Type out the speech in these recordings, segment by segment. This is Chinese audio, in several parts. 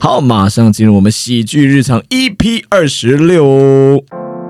好，马上进入我们喜剧日常 EP26。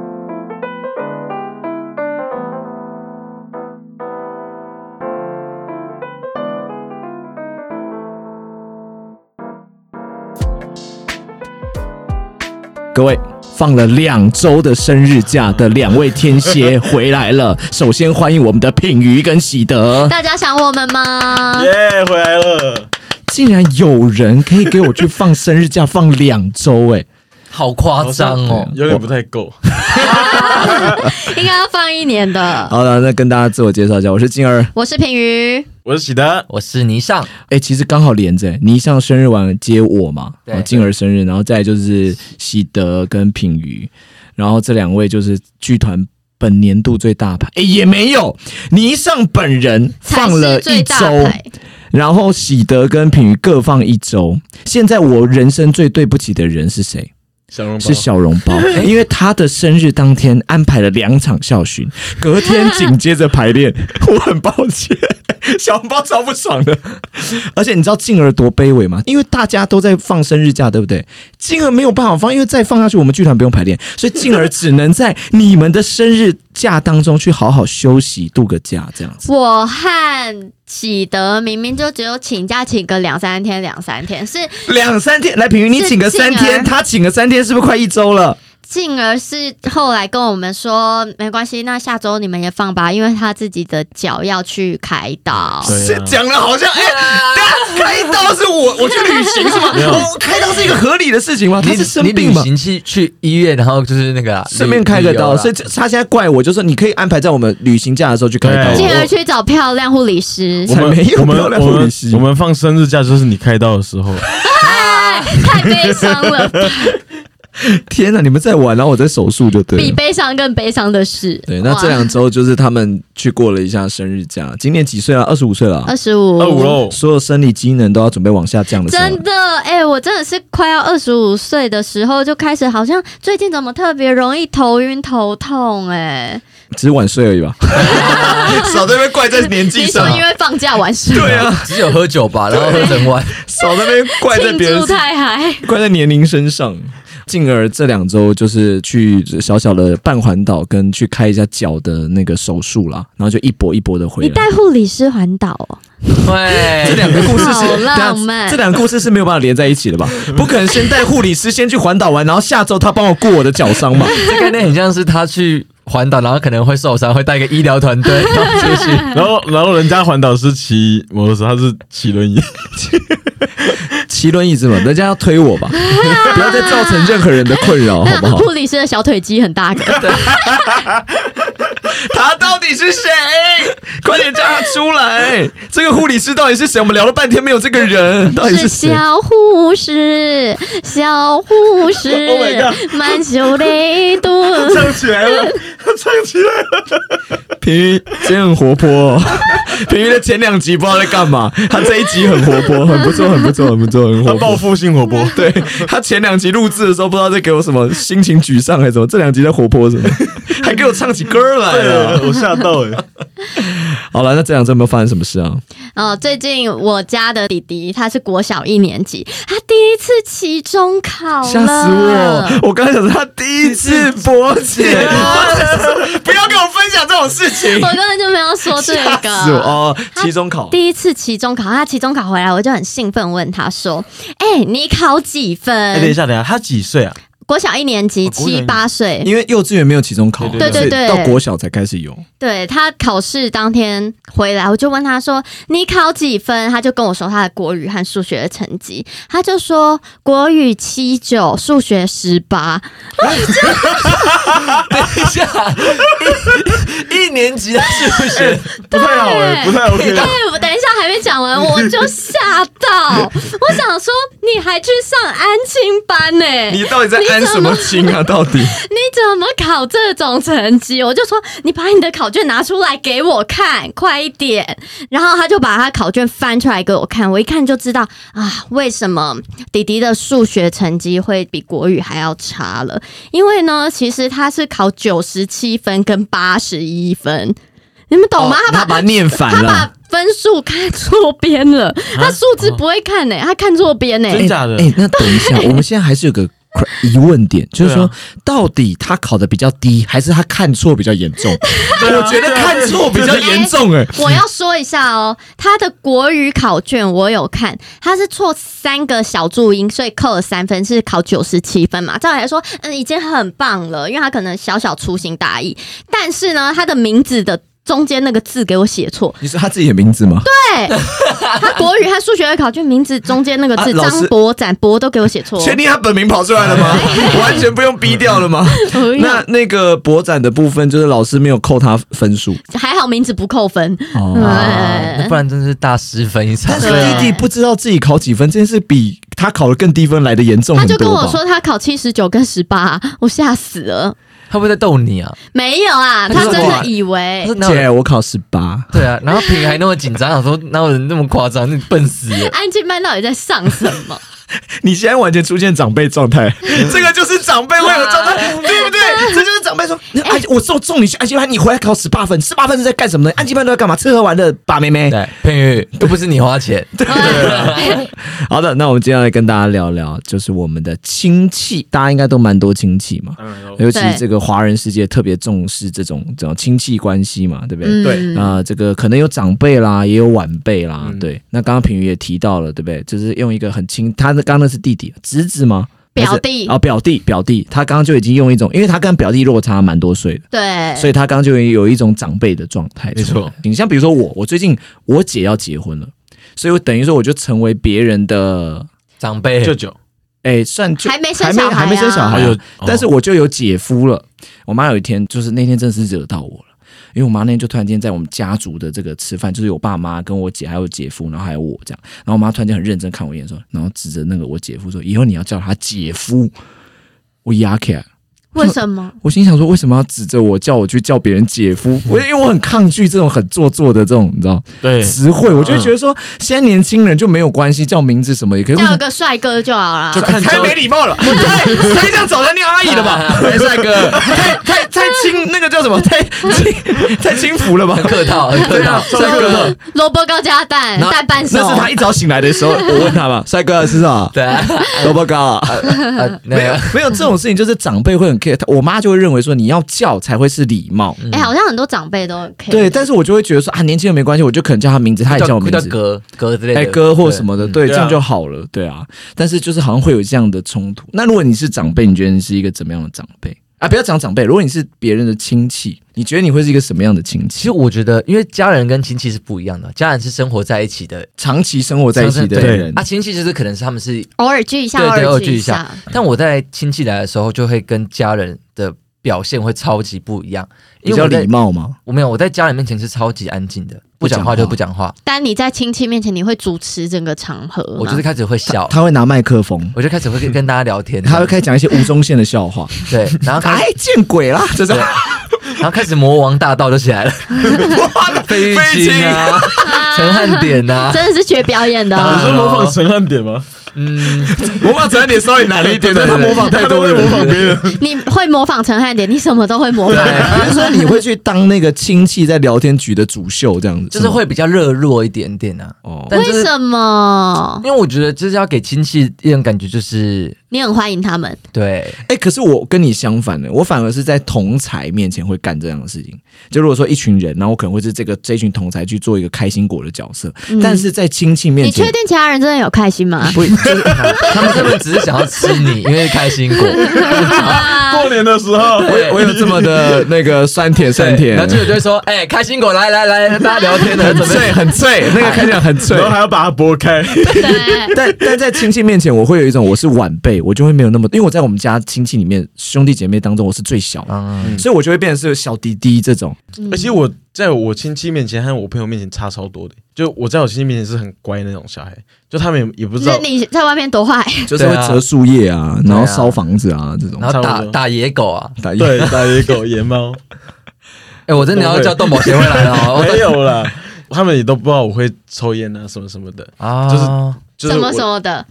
各位，放了2周的生日假的2位天蝎回来了。首先欢迎我们的品瑜跟喜德。 大家想我们吗？ 耶，回来了！ 竟然有人可以给我去放生日假放2周， 好夸张哦， 有点不太够。 应该要放1年的。 好了，那跟大家自我介绍一下，我是静儿， 我是品瑜， 我是喜德， 我是倪尚。 其实刚好连着，倪尚生日完接我嘛，然后静儿生日，然后再来就是喜德跟品瑜，然后这2位就是剧团本年度最大牌，也没有，倪尚本人放了1周，然后喜德跟品瑜各放1周。现在我人生最对不起的人是谁？是小笼包，因为他的生日当天安排了2场校巡，隔天紧接着排练，我很抱歉，小笼包超不爽的。而且你知道静儿多卑微吗？因为大家都在放生日假，对不对？静儿没有办法放，因为再放下去我们剧团不用排练，所以静儿只能在你们的生日假当中去好好休息度个假，这样子。 我和喜德明明就只有请假请个2-3天，2-3天是 2-3天。来，品瑜你请个3天，他请个3天，是不是快1周了？ 静儿是后来跟我们说没关系，那下周你们也放吧，因为他自己的脚要去开刀。 是讲的好像开刀是我去旅行是吗？我开刀是一个合理的事情吗？他是生病吗？ 你旅行去医院，然后就是那个顺便开个刀，所以他现在怪我，就说你可以安排在我们旅行假的时候去开刀。 静儿去找漂亮护理师， 才没有漂亮护理师。 我们放生日假就是你开刀的时候， 太悲伤了。 天哪，你们在玩，然后我在手术就对了。 比悲伤更悲伤的是， 对，那这2周就是他们去过了一下生日假。今年几岁了？25岁了。 25 喽。 所有生理机能都要准备往下降的时候。 真的，我真的是快要25岁的时候就开始，好像最近怎么特别容易头晕头痛， 只是晚睡而已吧。少在那边怪在年纪上。 你说因为放假晚睡？ 对啊， 只有喝酒吧，然后喝整晚。 少在那边怪在别人， 庆祝太嗨， 怪在年龄身上。进而这2周就是去小小的半环岛，跟去开一下脚的那个手术啦，然后就一波一波的回来。 你带护理师环岛哦？ 对， 这2个故事是好浪漫， 这2个故事是没有办法连在一起的吧？不可能先带护理师先去环岛玩，然后下周他帮我顾我的脚伤嘛？ 这概念很像是他去环岛，然后可能会受伤，会带一个医疗团队出去， 然后人家环岛是骑摩托车，他是骑轮椅。 骑轮椅子嘛，人家要推我吧，不要再造成任何人的困扰，好不好？ 护理师的小腿肌很大个， 他到底是谁？快点叫他出来！这个护理师到底是谁？我们聊了半天没有这个人，到底是谁？ 小护士，小护士 ，Oh my god， 满袖泪嘟， 唱起来了，唱起来了。 品瑜今天很活泼哦，品瑜的前2集不知道在干嘛，他这一集很活泼，很不错，很不错，很不错，很活泼。 报复性活泼， 对，他前2集录制的时候不知道在给我什么心情沮丧还是什么，这2集在活泼什么，还给我唱起歌来了， 我吓到好了，那这2周有没有发生什么事啊？ 最近我家的弟弟他是国小1年级，他第一次期中考了， 吓死我！我刚才想说他第一次勃起，不要跟我分享这种事情。 我根本就没有说这个。 吓死我哦！期中考第一次期中考，他期中考回来，我就很兴奋问他说：“你考几分？” 等一下，他几岁啊？ 国小1年级，7、8岁， 因为幼稚园没有期中考， 对， 到国小才开始有。 对，他考试当天回来，我就问他说：“你考几分？”他就跟我说他的国语和数学的成绩，他就说国语79，数学18。 等一下，1年级的数学不太好不太 OK。 我等一下还没讲完，我就吓到，我想说你还去上安亲班呢？ 你到底在安什么亲啊？到底你怎么考这种成绩？我就说你把你的考卷拿出来给我看，快一点。然后他就把他考卷翻出来给我看，我一看就知道啊，为什么弟弟的数学成绩会比国语还要差了。因为呢，其实他是考97分跟81分，你们懂吗？ 他把念反了。 分数看错边了，他数字不会看呢、他看错边呢。 真假的？ 那等一下，我们现在还是有个疑问点，就是说，到底他考的比较低，还是他看错比较严重？我觉得看错比较严重我要说一下哦，他的国语考卷我有看，他是错3个小注音，所以扣了3分，是考97分嘛。照理来说，已经很棒了，因为他可能小小粗心大意，但是呢，他的名字的中间那个字给我写错。 你说他自己的名字吗？ 对，他国语和数学的考卷名字中间那个字张博展博都给我写错。 确定他本名跑出来了吗？完全不用逼掉了吗？那个博展的部分，就是老师没有扣他分数， 还好名字不扣分， 不然真是大失分一场。 但是弟弟不知道自己考几分，这件事比他考了更低分来的严重很多吧。 他就跟我说他考79跟18，我吓死了。 他会不会在逗你啊？ 没有啊，他真的以为。 姐，我考18。 对啊，然后平还那么紧张，想说哪有人那么夸张？你笨死了！ 安静班到底在上什么？ 你现在完全出现长辈状态，这个就是长辈会有状态，对不对？这就是长辈说，我送你去安静班，你回来考18分，18分是在干什么呢？安静班都在干嘛？吃喝玩乐，把妹妹。 对，佩玉都不是你花钱。 对。好的，那我们接下来跟大家聊聊，就是我们的亲戚，大家应该都蛮多亲戚嘛，尤其这个华人世界特别重视这种亲戚关系嘛，对不对？ 对。 这个可能有长辈啦，也有晚辈啦，对。那刚刚品瑜也提到了，对不对？就是用一个很亲，他刚刚那是弟弟，侄子吗？ 表弟哦，表弟，他刚刚就已经用一种，因为他跟表弟落差蛮多岁的， 对， 所以他刚刚就有一种长辈的状态。 没错， 你像比如说我最近我姐要结婚了，所以我等于说我就成为别人的长辈舅舅， 算还没生小孩， 还没生小孩，但是我就有姐夫了。我妈有一天就是那天真的是惹到我了。因为我妈那天就突然间在我们家族的这个吃饭，就是有爸妈跟我姐还有姐夫，然后还有我这样，然后我妈突然间很认真看我一眼说，然后指着那个我姐夫说，以后你要叫他姐夫。我压起来， 为什么？ 我心想说，为什么要指着我叫我去叫别人姐夫？因为我很抗拒这种很做作的这种，你知道， 对词汇，我就觉得说，现在年轻人就没有关系，叫名字什么也可以， 叫个帅哥就好了， 就太没礼貌了，太这样找人念阿姨了吧？帅哥，太轻那个叫什么？太轻浮了吧？ 很客套， 帅哥， 萝卜糕加蛋，蛋半熟。 那是他一早醒来的时候，我问他嘛，帅哥是吧？ 对， 萝卜糕啊，没有这种事情，就是长辈会很 care， 我妈就会认为说你要叫才会是礼貌。 好像很多长辈都 care。 对，但是我就会觉得说年轻人没关系，我就可能叫他名字，他也叫我名字， 哥之类的， 哥或什么的，对，这样就好了，对啊。但是就是好像会有这样的冲突。那如果你是长辈，你觉得你是一个怎么样的长辈？不要讲长辈，如果你是别人的亲戚，你觉得你会是一个什么样的亲戚？ 其实我觉得，因为家人跟亲戚是不一样的，家人是生活在一起的， 长期生活在一起的人亲戚就是可能是他们是偶尔聚一下， 对，偶尔聚一下。但我在亲戚来的时候，就会跟家人的表现会超级不一样， 比较礼貌吗？ 我没有，我在家人面前是超级安静的，不讲话就不讲话。 但你在亲戚面前，你会主持整个场合。 我就是开始会笑， 他会拿麦克风， 我就开始会跟大家聊天， 他会开始讲一些吴宗宪的笑话， 对，然后见鬼啦，这种， 然后开始魔王大道就起来了，费玉清啊，陈汉典啊， 真的是学表演的。 你说模仿陈汉典吗？ 模仿陈汉典稍微难了一点，但他模仿太多了， 模仿别人。 你会模仿陈汉典，你什么都会模仿。 比如说你会去当那个亲戚在聊天局的主秀这样子， 就是会比较热络一点点啊。 为什么？ 因为我觉得就是要给亲戚一种感觉，就是你很欢迎他们。 对， 可是我跟你相反的，我反而是在同侪面前会干这样的事情。就如果说一群人，然后我可能会是这群同侪去做一个开心果的角色，但是在亲戚面前， 你确定其他人真的有开心吗？ 不，就是他们根本只是想要吃你，因为开心果。 过年的时候， 我有这么的那个酸甜， 然后就会说，开心果来，大家聊天的很脆，那个看起来很脆， 然后还要把它剥开。 但在亲戚面前，我会有一种我是晚辈，我就会没有那么，因为我在我们家亲戚里面兄弟姐妹当中我是最小的，所以我就会变成是小弟弟这种。 而且我在我亲戚面前和我朋友面前差超多的，就我在我亲戚面前是很乖那种小孩，就他们也不知道你在外面多坏， 就是会折树叶啊，然后烧房子啊这种， 然后打野狗啊， 打野狗、野猫。 我真的要叫动保协会来了哦。 没有啦，他们也都不知道我会抽烟啊什么什么的啊，就是什么什么的。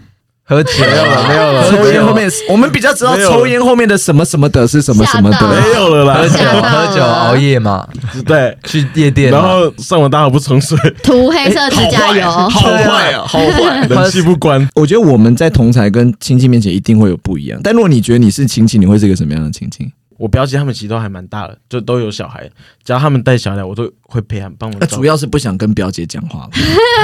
喝酒没有了， 抽烟后面我们比较知道抽烟后面的什么什么的是什么什么的， 没有了啦， 喝酒熬夜嘛， 对， 去夜店， 然后上完大号不冲水， 涂黑色指甲油， 好坏啊，好坏， 冷气不关。 我觉得我们在同侪跟亲戚面前一定会有不一样，但如果你觉得你是亲戚，你会是一个什么样的亲戚？ 我表姐他们其实都还蛮大的，就都有小孩，只要他们带小孩来，我都会陪他们帮我们。 主要是不想跟表姐讲话吧。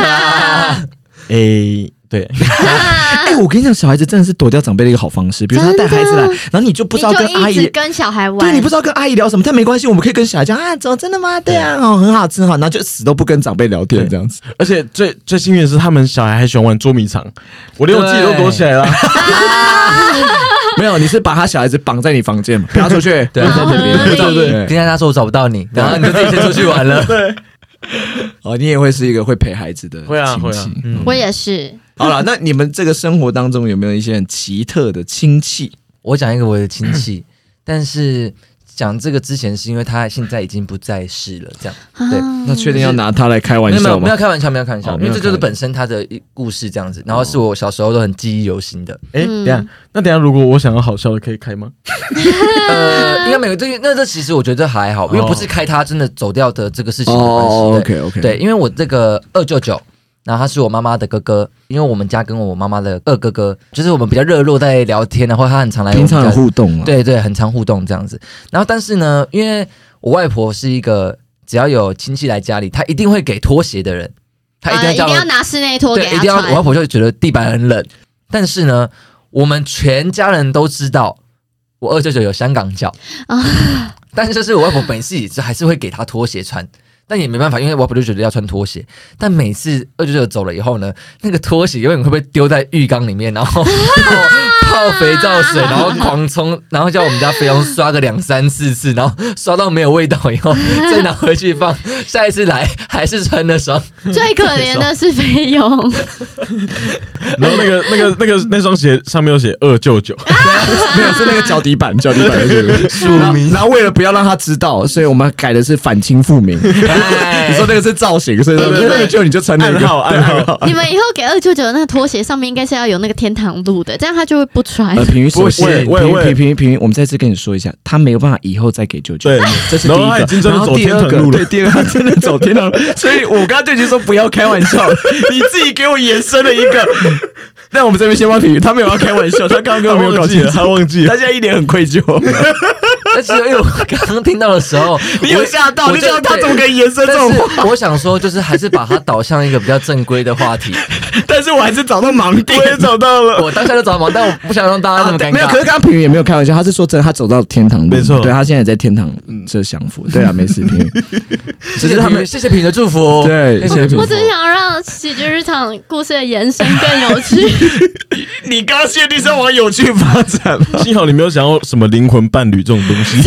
对， 我跟你讲，小孩子真的是躲掉长辈的一个好方式。比如说他带孩子来，然后你就不知道跟阿姨跟小孩玩， 对你不知道跟阿姨聊什么，但没关系，我们可以跟小孩讲啊，走，真的吗？对啊，很好吃哈，然后就死都不跟长辈聊天这样子。 而且最幸运的是，他们小孩还喜欢玩捉迷藏，我连我自己都躲起来了。 没有，你是把他小孩子绑在你房间嘛，不要出去， 对， 在这边， 对，跟他说我找不到你，然后你就自己先出去玩了。 对， 哦，你也会是一个会陪孩子的亲戚， 会啊， 我也是。 好了，那你们这个生活当中有没有一些很奇特的亲戚？ 我讲一个我的亲戚，但是讲这个之前是因为他现在已经不在世了，这样对。 那确定要拿他来开玩笑吗？ 没有开玩笑，没有开玩笑，因为这就是本身他的故事这样子，然后是我小时候都很记忆犹新的。 等一下如果我想要好笑的，可以开吗？ 应该没有这其实我觉得还好，因为不是开他真的走掉的这个事情的关系。 OK， 对，因为我这个二舅舅。然后他是我妈妈的哥哥，因为我们家跟我妈妈的二哥哥，就是我们比较热络在聊天的话，他很常来我们家， 平常有互动啊， 对，很常互动这样子。然后但是呢，因为我外婆是一个只要有亲戚来家里，她一定会给拖鞋的人，她一定要拿室内拖给他穿， 一定要。我外婆就觉得地板很冷，但是呢，我们全家人都知道我二舅舅有香港脚啊，但是就是我外婆本身也是还是会给他拖鞋穿。但也没办法，因为我婆就觉得要穿拖鞋。但每次二舅舅走了以后呢，那个拖鞋永远会被丢在浴缸里面，然后泡肥皂水，然后狂冲，然后叫我们家菲佣刷个2、3、4次，然后刷到没有味道以后，再拿回去放。下一次来还是穿那双。 最可怜的是菲佣， 然后那双鞋上面有写二舅舅， 没有是那个脚底板的这个署名。然后为了不要让他知道，所以我们改的是反清复明。你说那个是造型，所以那个就你就穿那个暗号。 你们以后给二舅舅那个拖鞋上面应该是要有那个天堂路的，这样他就会不穿。 平鱼首先，平鱼，我们再次跟你说一下，他没有办法以后再给舅舅。 对， 这是第一个。然后第二个，对，第二个他真的走天堂路，所以我刚刚就已经说不要开玩笑，你自己给我延伸了一个。那我们这边先帮平鱼，他没有要开玩笑，他刚刚没有搞清楚， 他忘记了， 他现在一脸很愧疚。 但是因为我刚刚听到的时候， 你有吓到，你知道他怎么可以延伸这种话？ 我想说，就是还是把它导向一个比较正规的话题。 但是我还是找到盲点， 我也找到了。 我当下就找到盲，但我不想让大家那么尴尬。 没有，可是刚刚平鱼也没有开玩笑，他是说真的，他走到天堂路， 没错， 对他现在在天堂这享福。对啊，没事，平鱼。 谢谢他们，谢谢平鱼的祝福。 对，谢谢。 我只想让喜剧日常故事的延伸更有趣。 你刚刚确定是往有趣发展吗？ 幸好你没有想要什么灵魂伴侣这种东西。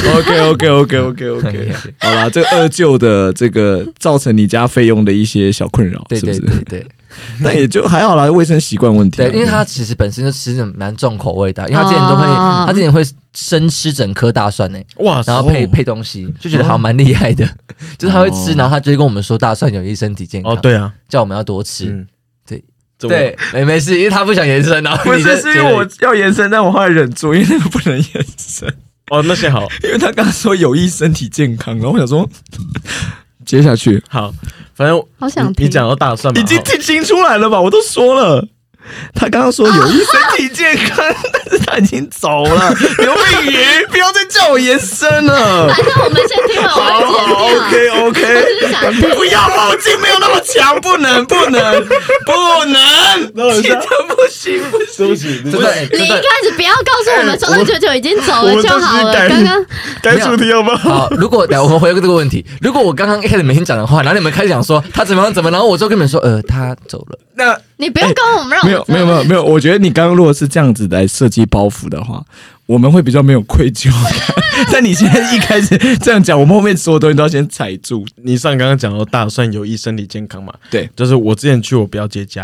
OK。好啦，这二舅的这个造成你家费用的一些小困扰，是不是？ 对。 那也就还好啦，卫生习惯问题。 对，因为他其实本身就吃的蛮重口味的，因为他之前会生吃整颗大蒜呢，哇，然后配东西，就觉得好像蛮厉害的。就是他会吃，然后他就会跟我们说大蒜有益身体健康。 哦，对啊， 叫我们要多吃。 对， 没事，因为他不想延伸，然后不是因为我要延伸，但我后来忍住，因为那个不能延伸。 哦，那先好， 因为他刚刚说有益身体健康，然后我想说接下去好，反正好想听你讲到大蒜嘛， 已经听出来了吧？我都说了。他刚刚说有益身体健康，但是他已经走了。刘品瑜，不要再叫我延伸了。 反正我们先听完，我们剪掉。 OK， 不要后劲没有那么强，不能，记得不行， 对不起， 你一开始不要告诉我们说二舅舅已经走了就好了。刚刚该主题好不好？ 好，如果我们回这个问题，如果我刚刚一开始没听讲的话，然后你们开始讲说他怎么，然后我就跟你们说，他走了。 那你不用跟我们让没有，我觉得你刚刚如果是这样子来设计包袱的话，我们会比较没有愧疚感。但你现在一开始这样讲，我们后面所有东西都要先踩住。 你刚刚讲到大蒜有益身体健康嘛？ 对， 就是我之前去我表姐家，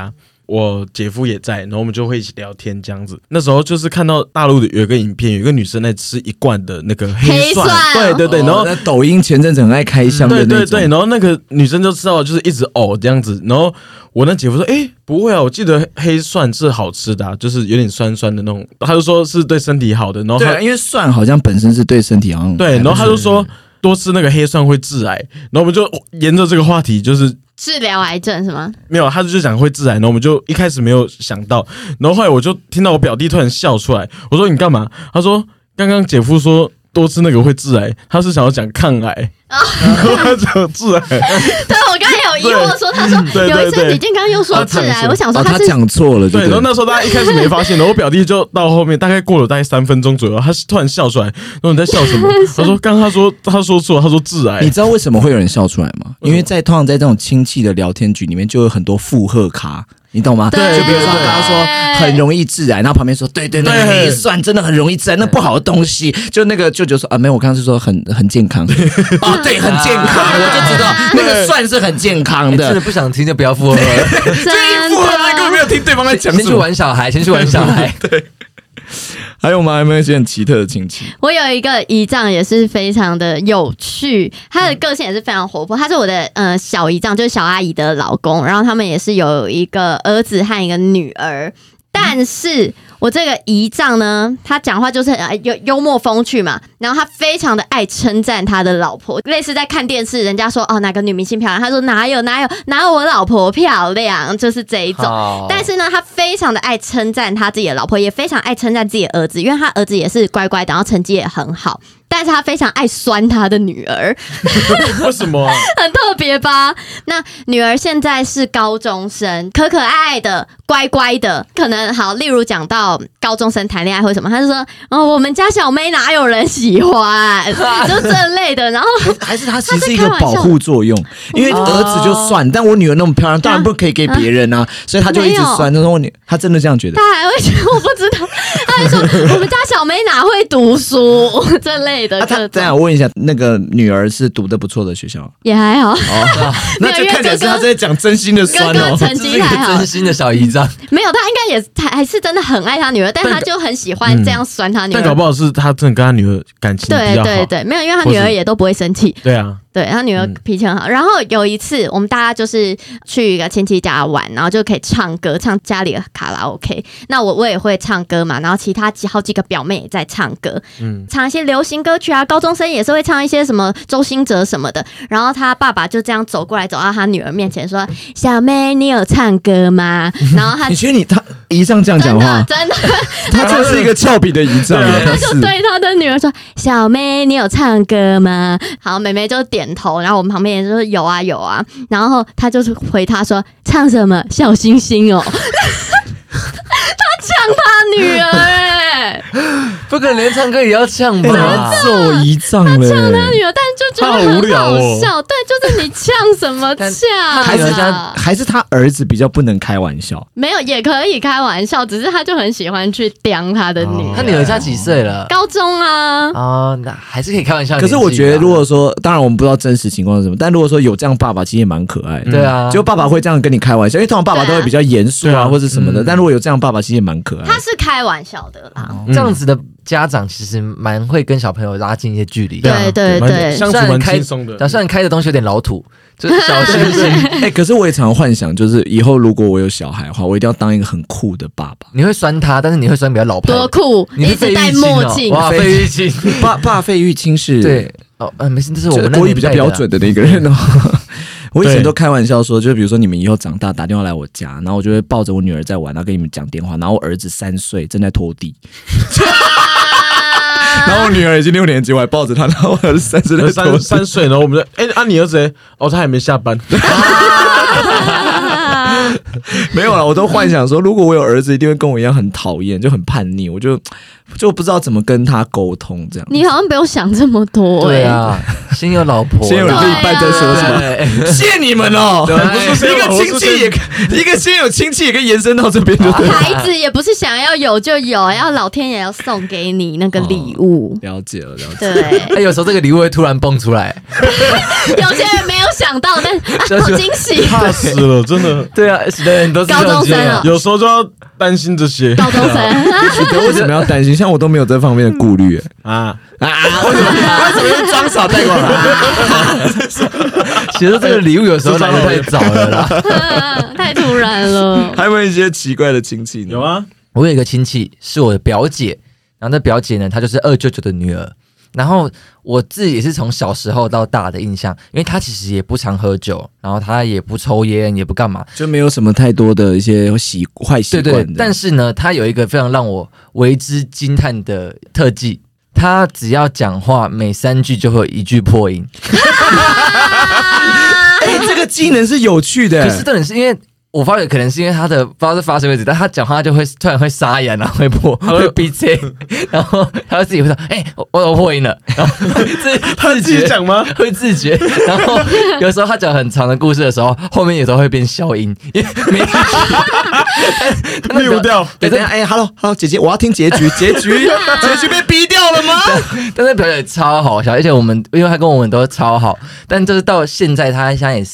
我姐夫也在，然后我们就会一起聊天这样子。那时候就是看到大陆的有一个影片，有一个女生在吃一罐的那个黑蒜，对，然后那抖音前阵子很爱开箱的那种， 对，然后那个女生就吃到就是一直呕这样子，然后我那姐夫说，不会啊，我记得黑蒜是好吃的啊，就是有点酸酸的那种，他就说是对身体好的，然后对，因为蒜好像本身是对身体好像对，然后他就说多吃那个黑蒜会致癌，然后我们就沿着这个话题就是治疗癌症是吗？ 没有，他就讲会致癌，然后我们就一开始没有想到，然后后来我就听到我表弟突然笑出来，我说你干嘛？他说刚刚姐夫说多吃那个会致癌，他是想要讲抗癌，他讲致癌。 对，我刚才有疑惑说，他说有一身体健康又说致癌，我想说他讲错了， 对。然后那时候大家一开始没发现，然后我表弟就到后面大概过了大概3分钟左右，他突然笑出来，然后你在笑什么？他说刚他说错，他说致癌。 你知道为什么会有人笑出来吗？因为通常在这种亲戚的聊天局里面，就有很多附和咖。你懂吗？ 对， 就比如说他说很容易致癌，然后旁边说对，那个黑蒜真的很容易致癌，那不好的东西。就那个舅舅说啊，没有，我刚刚是说很健康。哦，对，很健康，我就知道那个蒜是很健康的。 真的不想听就不要附和， 这一附和根本没有听对方在讲什么。 先去玩小孩， 对。还有吗？还有没有一些很奇特的亲戚？ 我有一个姨丈也是非常的有趣，他的个性也是非常活泼。他是我的小姨丈，就是小阿姨的老公，然后他们也是有一个儿子和一个女儿。但是我这个姨丈呢，他讲话就是幽默风趣嘛，然后他非常的爱称赞他的老婆，类似在看电视，人家说哪个女明星漂亮，他说哪有我老婆漂亮，就是这一种。但是呢，他非常的爱称赞他自己的老婆，也非常爱称赞自己的儿子，因为他儿子也是乖乖的，然后成绩也很好。但是他非常爱酸他的女儿， 为什么？ 很特别吧？那女儿现在是高中生，可爱的，乖乖的。可能好，例如讲到高中生谈恋爱或什么，他就说我们家小妹哪有人喜欢，就这类的。然后还是他其实是一个保护作用，因为儿子就算，但我女儿那么漂亮，当然不可以给别人啊，所以他就一直酸。他说他真的这样觉得？ 他还会觉得我不知道，他还说我们家小妹哪会读书这类的。 这样我问一下，那个女儿是读得不错的学校？ 也还好。 那就看起来是他在讲真心的酸哦， 成绩还好， 真心的小姨丈。 没有，他应该也还是真的很爱他女儿，但他就很喜欢这样酸他女儿。 但搞不好是他真的跟他女儿感情比较好。 对，没有，因为他女儿也都不会生气。 对啊。 对，他女儿脾气很好。然后有一次，我们大家就是去一个亲戚家玩，然后就可以唱歌，唱家里的卡拉 OK。那我也会唱歌嘛，然后其他好几个表妹也在唱歌，唱一些流行歌曲啊。高中生也是会唱一些什么周兴哲什么的。然后他爸爸就这样走过来，走到他女儿面前说：“小妹，你有唱歌吗？”然后他， 你觉得他姨丈这样讲话， 真的， 他就是一个俏皮的姨丈。 他就对他的女儿说：“小妹，你有唱歌吗？”好，妹妹就点头，然后我们旁边人就说有啊，然后他就是回他说唱什么小星星哦，他呛他女儿不可能连唱歌也要呛吧？ 揍姨丈了， 他呛他女儿，但就觉得很好笑。对，就是你呛什么呛？ 还是他儿子比较不能开玩笑？ 没有，也可以开玩笑，只是他就很喜欢去刁他的女儿。 他女儿家几岁了？ 高中啊。 那还是可以开玩笑。 可是我觉得，如果说，当然我们不知道真实情况是什么，但如果说有这样爸爸，其实也蛮可爱的。 对啊， 就爸爸会这样跟你开玩笑，因为通常爸爸都会比较严肃啊，或者什么的。但如果有这样爸爸，其实也蛮可爱的。 他是开玩笑的啦。 这样子的家长其实蛮会跟小朋友拉近一些距离。 对， 相处蛮轻松的。 虽然开的东西有点老土，就是小星星。 可是我也常幻想，就是以后如果我有小孩的话，我一定要当一个很酷的爸爸。 你会酸他，但是你会酸比较老派。 多酷！ 你一直戴墨镜。 哇，费玉清， 爸费玉清是对没事，这是我们国语比较标准的那个人哦。我以前都开玩笑说，就比如说你们以后长大打电话来我家，然后我就会抱着我女儿在玩，然后跟你们讲电话，然后我儿子3岁正在拖地。然后我女儿已经6年级，我还抱着她，然后我儿子3岁在拖地。 3岁，然后我们就你儿子他还没下班。 没有啦，我都幻想说，如果我有儿子，一定会跟我一样很讨厌，就很叛逆，我就不知道怎么跟他沟通这样。 你好像不用想这么多。 对啊， 先有老婆， 先有另一半再说什么？ 对谢你们哦！一个亲戚也，一个先有亲戚也可以延伸到这边，对不对？ 孩子也不是想要有就有，要老天爷要送给你那个礼物。 了解了，了解。 对， 有时候这个礼物会突然蹦出来， 有些人没有想到，但好惊喜。 怕死了，真的。 对啊，是的人都是高中生啊， 有时候就要担心这些。 高中生， 为什么要担心？像我都没有这方面的顾虑啊！ 为什么用装傻带过来？ 其实这个礼物有时候来得太早了啦， 太突然了。 还有没有一些奇怪的亲戚呢？ 有啊， 我有一个亲戚是我的表姐，然后那表姐呢，她就是二舅舅的女儿。然后我自己也是从小时候到大的印象，因为她其实也不常喝酒，然后她也不抽烟，也不干嘛， 就没有什么太多的一些坏习惯的。 对，但是呢，她有一个非常让我为之惊叹的特技，她只要讲话，每3句就会有1句破音。 这个技能是有趣的。 可是重点是因为我发觉可能是因为他的不知道是发生位置，但他讲话就会突然会沙哑，然后会破，会闭嘴，然后他自己会说：“我破音了。”然后他自己讲吗？ 会自觉。然后有时候他讲很长的故事的时候，后面有时候会变消音，因为没溜掉。 等一下，Hello， 姐姐，我要听结局，结局被逼掉了吗？ 但是表演超好笑，而且因为他跟我们都超好，但就是到现在他现在也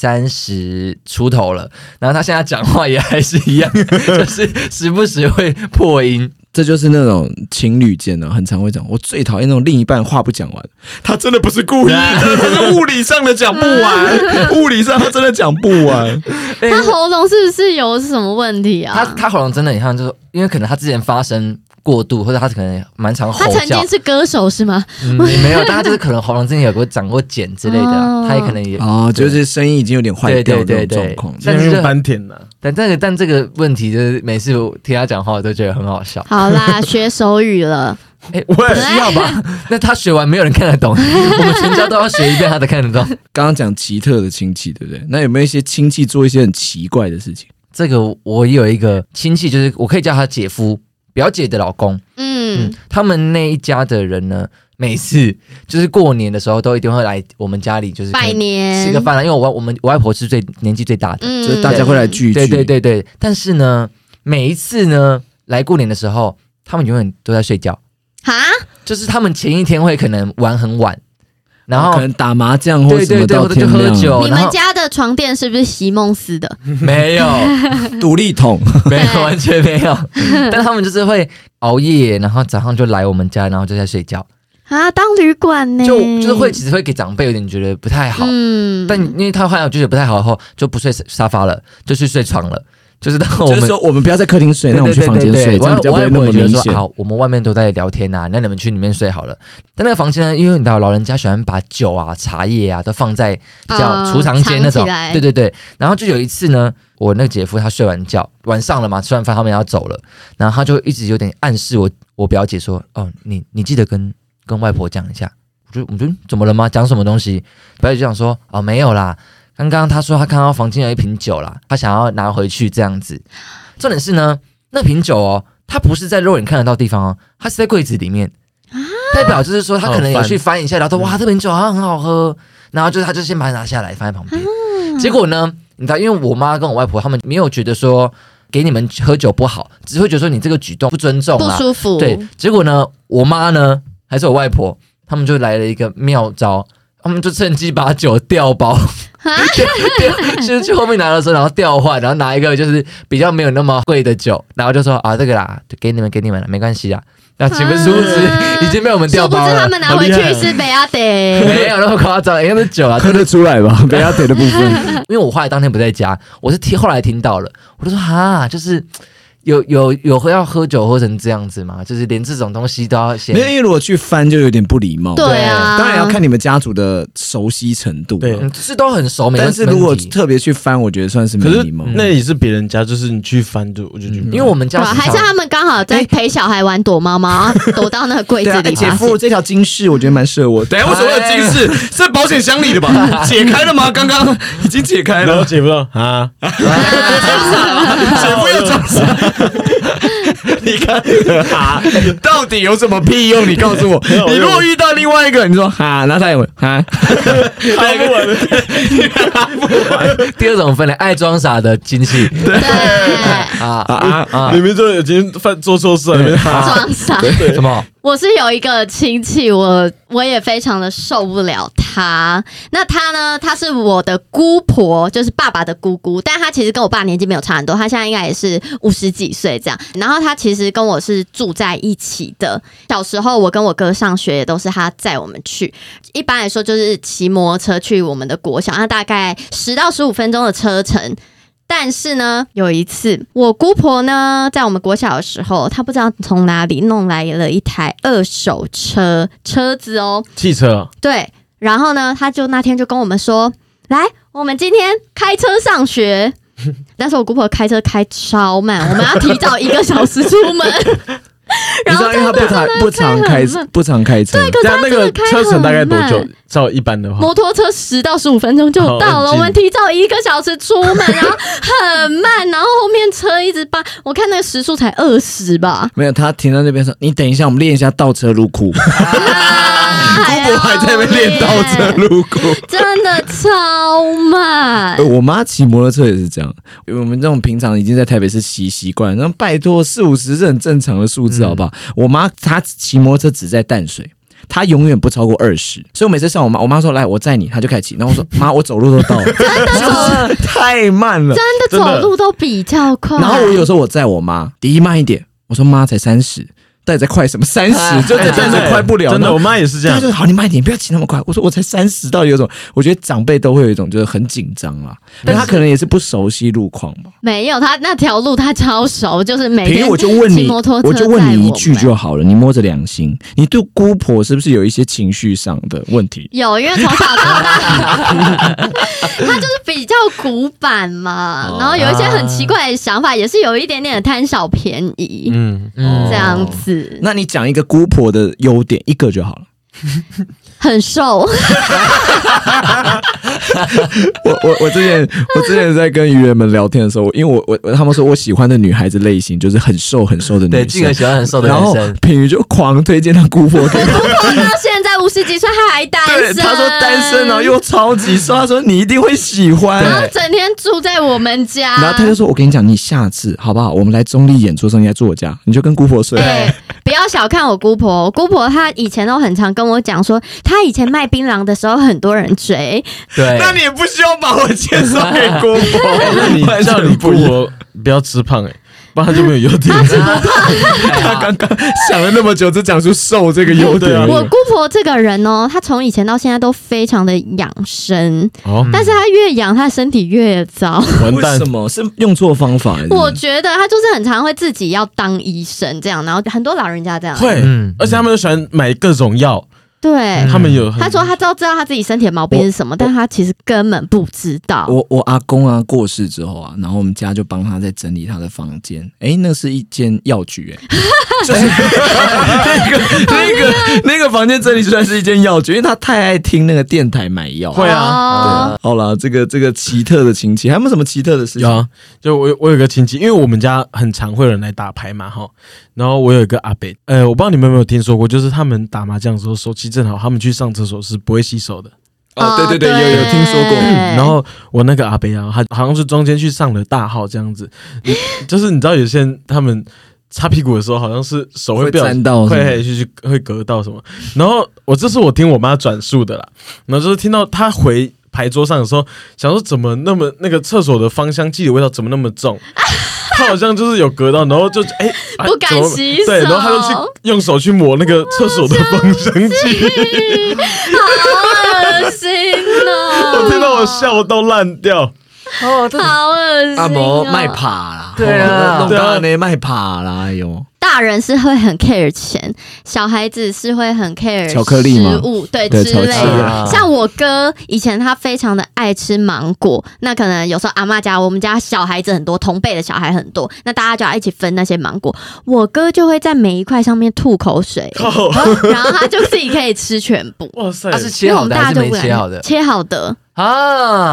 30出头了，然后他现在讲话也还是一样，就是时不时会破音。 这就是那种情侣间呢，很常会讲。我最讨厌那种另一半话不讲完，他真的不是故意的，他是物理上的讲不完，物理上他真的讲不完。 他喉咙是不是有什么问题啊？ 他喉咙真的很像，就是因为可能他之前发生过度，或者他可能蛮常吼叫。 他曾经是歌手是吗？ 没有，但他就是可能喉咙之前有过长过茧之类的，他也可能也就是声音已经有点坏掉的状况。 但是用丹田了。 但这个问题就是每次我听他讲话，我都觉得很好笑。 好啦，学手语了。 不需要吧？那他学完没有人看得懂，我们全家都要学一遍，他才看得懂。 刚刚讲奇特的亲戚，对不对？那有没有一些亲戚做一些很奇怪的事情？ 这个我也有一个亲戚，就是我可以叫他姐夫，表姐的老公。他们那一家的人呢，每次就是过年的时候都一定会来我们家里，就是拜年吃个饭啦。因为我外婆是年纪最大的， 就是大家会来聚一聚。 对。但是呢，每一次呢来过年的时候，他们永远都在睡觉。哈，就是他们前一天会可能玩很晚，然后可能打麻将或什么到天亮。 或者就喝酒。 你们家的床垫是不是席梦思的？ 没有， 独立桶， 没有，完全没有。但他们就是会熬夜，然后早上就来我们家，然后就在睡觉。 啊，当旅馆呢？ 就是会，其实会给长辈有点觉得不太好。但因为他后来就觉得不太好后，就不睡沙发了，就去睡床了。就是说我们不要在客厅睡，那我们去房间睡，这样比较不会那么明显。 好，我们外面都在聊天啊，那你们去里面睡好了。但那个房间呢，因为你知道老人家喜欢把酒啊、茶叶啊都放在比较储藏间那种，对。然后就有一次呢，我那个姐夫他睡完觉，晚上了嘛，吃完饭他们要走了，然后他就一直有点暗示我表姐说，你记得跟外婆讲一下。我就怎么了吗？讲什么东西？表姐就讲说没有啦。刚刚他说他看到房间有一瓶酒啦，他想要拿回去这样子。重点是呢，那瓶酒它不是在肉眼看得到地方它是在柜子里面，代表就是说他可能有去翻一下，然后说哇这瓶酒好像很好喝，然后他就先把它拿下来放在旁边。结果呢，你知道，因为我妈跟我外婆他们没有觉得说给你们喝酒不好，只会觉得说你这个举动不尊重啦， 不舒服。 对，结果呢，我妈呢还是我外婆，他们就来了一个妙招。他们就趁机把酒调包，就是去后面拿的时候，然后调换，然后拿一个就是比较没有那么贵的酒，然后就说这个啦，给你们了，没关系啦。那岂不是殊不知已经被我们调包了？ 殊不知他们拿回去是北亚得， 没有那么夸张，因为是酒啊， 喝得出来吧？北亚得的部分， 因为我后来当天不在家，我是后来听到了，我就说就是。有要喝酒喝成这样子吗？就是连这种东西都要先， 因为如果去翻就有点不礼貌。 对啊， 当然要看你们家族的熟悉程度。 对，是都很熟， 但是如果特别去翻，我觉得算是没礼貌。 那也是别人家，就是你去翻我就觉得， 因为我们家还是他们刚好在陪小孩玩躲猫猫，躲到那个柜子里。 姐夫这条金饰我觉得蛮适合我。等一下为什么有金饰？是保险箱里的吧？解开了吗？刚刚已经解开了。 然后解不到啊， 姐夫又装傻。 你看哈，到底有什么屁用？你告诉我。你如果遇到另外一个，你说哈，那他也会哈， 哈不完了。 第二种分类，爱装傻的亲戚。 对， 明明就已经做错事了，你们装傻。 什么？ 我是有一个亲戚，我也非常的受不了他。那他呢？他是我的姑婆，就是爸爸的姑姑，但他其实跟我爸年纪没有差很多，他现在应该也是50几岁这样。然后他其实跟我是住在一起的。小时候我跟我哥上学也都是他载我们去，一般来说就是骑摩托车去我们的国小，那大概10到15分钟的车程。但是呢，有一次我姑婆呢，在我们国小的时候，她不知道从哪里弄来了一台2手车子哦， 汽车。 对，然后呢，她就那天就跟我们说，来，我们今天开车上学。但是我姑婆开车开超慢，我们要提早1个小时出门。 然后因为他不常开车， 对，可是他那个车程大概多久？照一般的话， 摩托车10到15分钟就到了，我们提早1个小时出门，然后很慢，然后后面车一直扒，我看那个时速才20吧。 没有，他停在那边说：“你等一下，我们练一下倒车入库。”姑婆还在那边练倒车入库， 真的超慢。 我妈骑摩托车也是这样，因为我们这种平常已经在台北市骑习惯，然后拜托40-50是很正常的数字，好不好？我妈她骑摩托车只在淡水。她永远不超过20，所以我每次上我妈说来我载你，她就开始骑，然后我说妈我走路都到了，就是太慢了， 真的走路都比较快。 然后我有时候我载我妈，第一慢一点，我说妈才30。到底在快什么？30就在淡水快不了， 真的，我妈也是这样。 她就好，你慢一点，不要骑那么快。我说我才30，到底有种？我觉得长辈都会有一种就是很紧张啦，但他可能也是不熟悉路况吧。 没有，他那条路他超熟，就是每天我就问你， 骑摩托车我就问你一句就好了，你摸着良心，你对姑婆是不是有一些情绪上的问题？ 有，因为从小到大，他就是比较古板嘛，然后有一些很奇怪的想法，也是有一点点的贪小便宜，这样子。 那你讲一个姑婆的优点，一个就好了。 很瘦。 我之前在跟渔人们聊天的时候，因为他们说我喜欢的女孩子类型就是很瘦很瘦的女生， 对，静儿喜欢很瘦的女生， 然后品瑜就狂推荐她姑婆给我。 姑婆到现在50几岁还单身， 对，他说单身然后又超级瘦，他说你一定会喜欢， 然后整天住在我们家， 然后他就说我跟你讲，你下次好不好？我们来中立演出的时候，你来住我家，你就跟姑婆睡。 不要小看我姑婆，姑婆她以前都很常跟我讲说，她以前卖槟榔的时候很多人追。 对， 那你也不需要把我介绍给姑婆， 那你叫你姑婆不要吃胖不然他就没有优点。 他吃不胖， 他刚刚想了那么久，只讲出瘦这个优点。 我姑婆这个人哦，她从以前到现在都非常的养生，但是她越养，她身体越糟。 为什么？是用错方法？ 我觉得她就是很常会自己要当医生这样，然后很多老人家这样会，而且他们都喜欢买各种药。 对， 他们有他说他知道他自己身体的毛病是什么，但他其实根本不知道。 我阿公过世之后然后我们家就帮他在整理他的房间。那是一间药局就是那个房间整理出来是一间药局，因为他太爱听那个电台买药。 会啊， 好啦，这个奇特的亲戚，还有没有什么奇特的事情？ 有啊，就我有个亲戚，因为我们家很常会有人来打牌嘛然后我有一个阿伯，我不知道你们有没有听说过，就是他们打麻将的时候手气正好，他们去上厕所是不会洗手的。 对，有听说过。 然后我那个阿伯他好像是中间去上了大号这样子，就是你知道有些人他们擦屁股的时候，好像是手会沾到， 会隔到什么。然后这是我听我妈转述的啦，然后就是听到他回牌桌上的时候，想说怎么那么那个厕所的芳香剂的味道怎么那么重。他好像就是有隔到，然后就不敢洗手， 对，然后他就去用手去抹那个厕所的芳香剂， 好恶心哦！ 我听到我笑到烂掉， 好恶心阿嬷卖怕啦， 对啊， 弄到那卖怕啦，哎呦。 大人是会很 care 钱，小孩子是会很 care 巧克力吗？ 食物对之类的。像我哥以前他非常的爱吃芒果，那可能有时候阿嬷家我们家小孩子很多，同辈的小孩很多，那大家就要一起分那些芒果。我哥就会在每一块上面吐口水，然后他就自己可以吃全部。 哇塞， 他是切好的还是没切好的？ 切好的啊。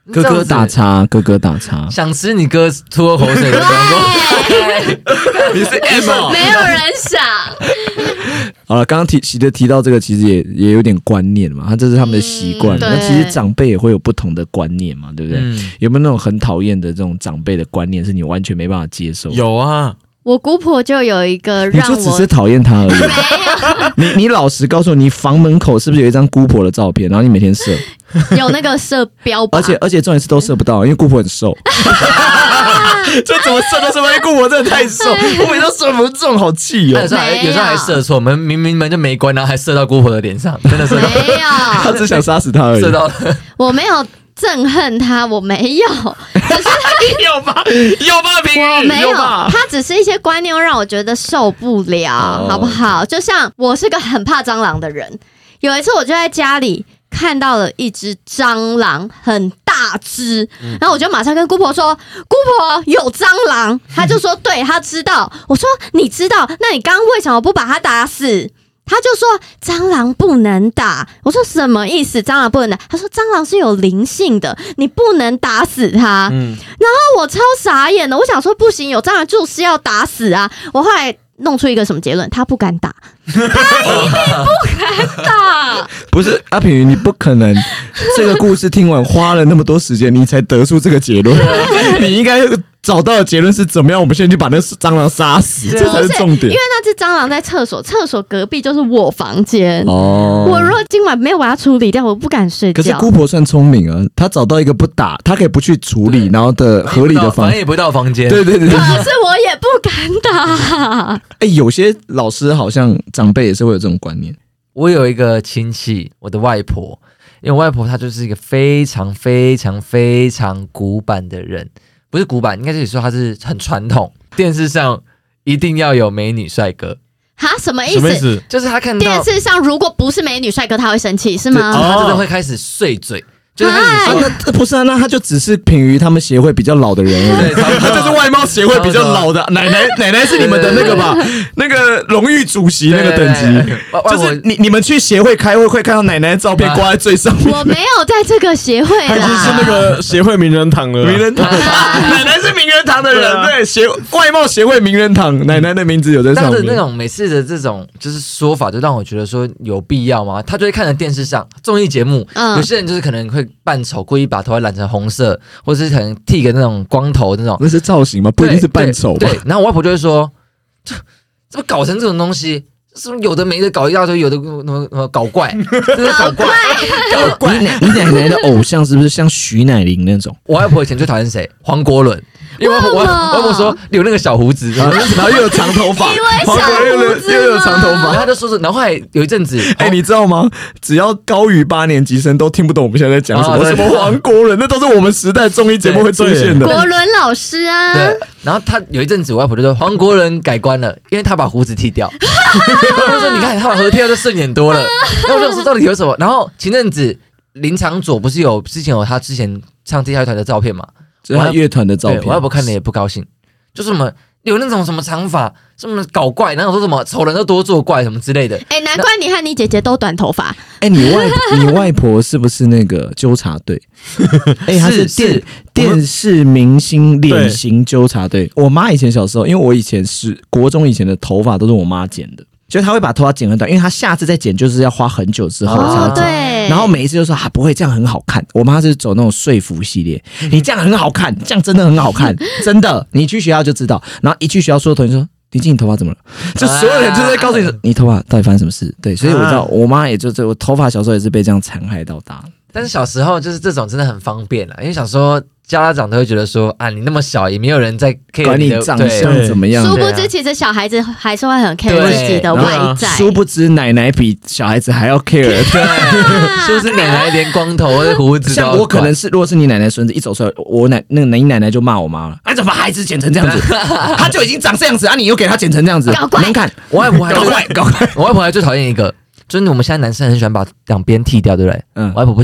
哥哥打叉，哥哥打叉， 想吃你哥吐口水的你是 M， 没有人想。 好了，刚刚提到这个，其实也有点观念嘛，这是他们的习惯。那其实长辈也会有不同的观念嘛，对不对？有没有那种很讨厌的这种长辈的观念，是你完全没办法接受？ 有啊， 我姑婆就有一个让我， 你就只是讨厌她而已。你老实告诉我，你房门口是不是有一张姑婆的照片？然后你每天射， 有那个射标靶， 而且重点是都射不到，因为姑婆很瘦。这怎么射都射不到，因为姑婆真的太瘦，我每次都射不中，好气哦。 有时候还射错，门明明门就没关，然后还射到姑婆的脸上，真的射到。 没有， 他只想杀死他而已。 射到， 我没有憎恨他，我没有，可是有吧？平我没有，他只是一些观念让我觉得受不了，好不好？就像我是个很怕蟑螂的人，有一次我就在家里看到了一只蟑螂，很大只，然后我就马上跟姑婆说：“姑婆有蟑螂。”她就说：“对，她知道。”我说：“你知道？那你刚刚为什么不把它打死？”他就说蟑螂不能打，我说什么意思？蟑螂不能打？他说蟑螂是有灵性的，你不能打死它。然后我超傻眼的，我想说不行，有蟑螂就是要打死啊！我后来弄出一个什么结论？他不敢打，他一定不敢打。 不是阿平宇，你不可能这个故事听完花了那么多时间，你才得出这个结论。你应该找到的结论是怎么样？我们现在就把那蟑螂杀死，这才是重点。 因为那只蟑螂在厕所隔壁就是我房间。 哦， 我如果今晚没有把它处理掉，我不敢睡觉。 可是姑婆算聪明啊，她找到一个不打，她可以不去处理，然后的合理的方法， 反正也不到房间。 对。可是我也不敢打。 有些老师好像长辈也是会有这种观念。 我有一个亲戚，我的外婆，因为我外婆她就是一个非常非常非常古板的人。不是古板，应该是说他是很传统。电视上一定要有美女帅哥， 哈？什么意思？ 就是他看到电视上如果不是美女帅哥，他会生气是吗？ 他真的会开始碎嘴。就是那不是啊，那他就只是品于他们协会比较老的人而已，他就是外貌协会比较老的奶奶是你们的那个吧，那个荣誉主席那个等级，就是你们去协会开会会看到奶奶的照片挂在最上面。 我没有在这个协会啦， 他已经是那个协会名人堂了， 名人堂，奶奶是名人堂的人，对，外貌协会名人堂，奶奶的名字有在上面。 但是那种每次的这种就是说法，就让我觉得说有必要吗？他就会看着电视上综艺节目，有些人就是可能会扮丑，故意把头发染成红色，或者是可能剃个那种光头那种， 那是造型吗？不一定是扮丑吧？ 对，然后我外婆就会说，怎么搞成这种东西？是不是有的没的搞一大堆，有的搞怪，真的搞怪。 你奶奶的偶像是不是像徐乃麟那种？ 我外婆以前最讨厌谁？黄国伦。因为我外婆说留那个小胡子，然后又有长头发，黄国伦又有长头发， 然后他就说是，然后后来有一阵子， 你知道吗？只要高于8年级生都听不懂我们现在在讲什么，什么黄国伦，那都是我们时代综艺节目会出现的。 国伦老师啊， 对。然后他有一阵子，我外婆就说黄国伦改观了，因为他把胡子剃掉。我就说你看他把胡子剃掉就顺眼多了。然后我就说到底有什么？然后前阵子林长佐不是之前有他之前唱地下乐团的照片嘛？ 就是他乐团的照片， 我外婆看了也不高兴，就什么有那种什么长发，什么搞怪，然后说什么丑人都多作怪什么之类的。 难怪你和你姐姐都短头发。 你外婆是不是那个纠察队？她是电视明星脸型纠察队。我妈以前小时候，因为我以前是国中以前的头发都是我妈剪的。就他会把头发剪很短，因为他下次再剪就是要花很久之后才剪。 对。 然后每一次就说不会这样很好看。我妈是走那种说服系列，你这样很好看，这样真的很好看，真的。你去学校就知道。然后一去学校，所有同学说：“林静，你头发怎么了？”就所有人就在告诉你说：“你头发到底发生什么事？”对，所以我知道，我妈也就我头发小时候也是被这样残害到大。 但是小时候就是这种真的很方便啦，因为小时候家长都会觉得说你那么小也没有人在 care 管你长相怎么样， 殊不知其实小孩子还是会很 care 自己的外在， 殊不知奶奶比小孩子还要 care， 对，是不是奶奶连光头或者胡子像我可能是，如果是你奶奶孙子一走出来，你奶奶就骂我妈了，怎么把孩子剪成这样子？他就已经长这样子你又给他剪成这样子，能看我外婆还搞怪， 我外婆还最讨厌一个。就是我们现在男生很喜欢把两边剃掉，对不对？我外婆不行，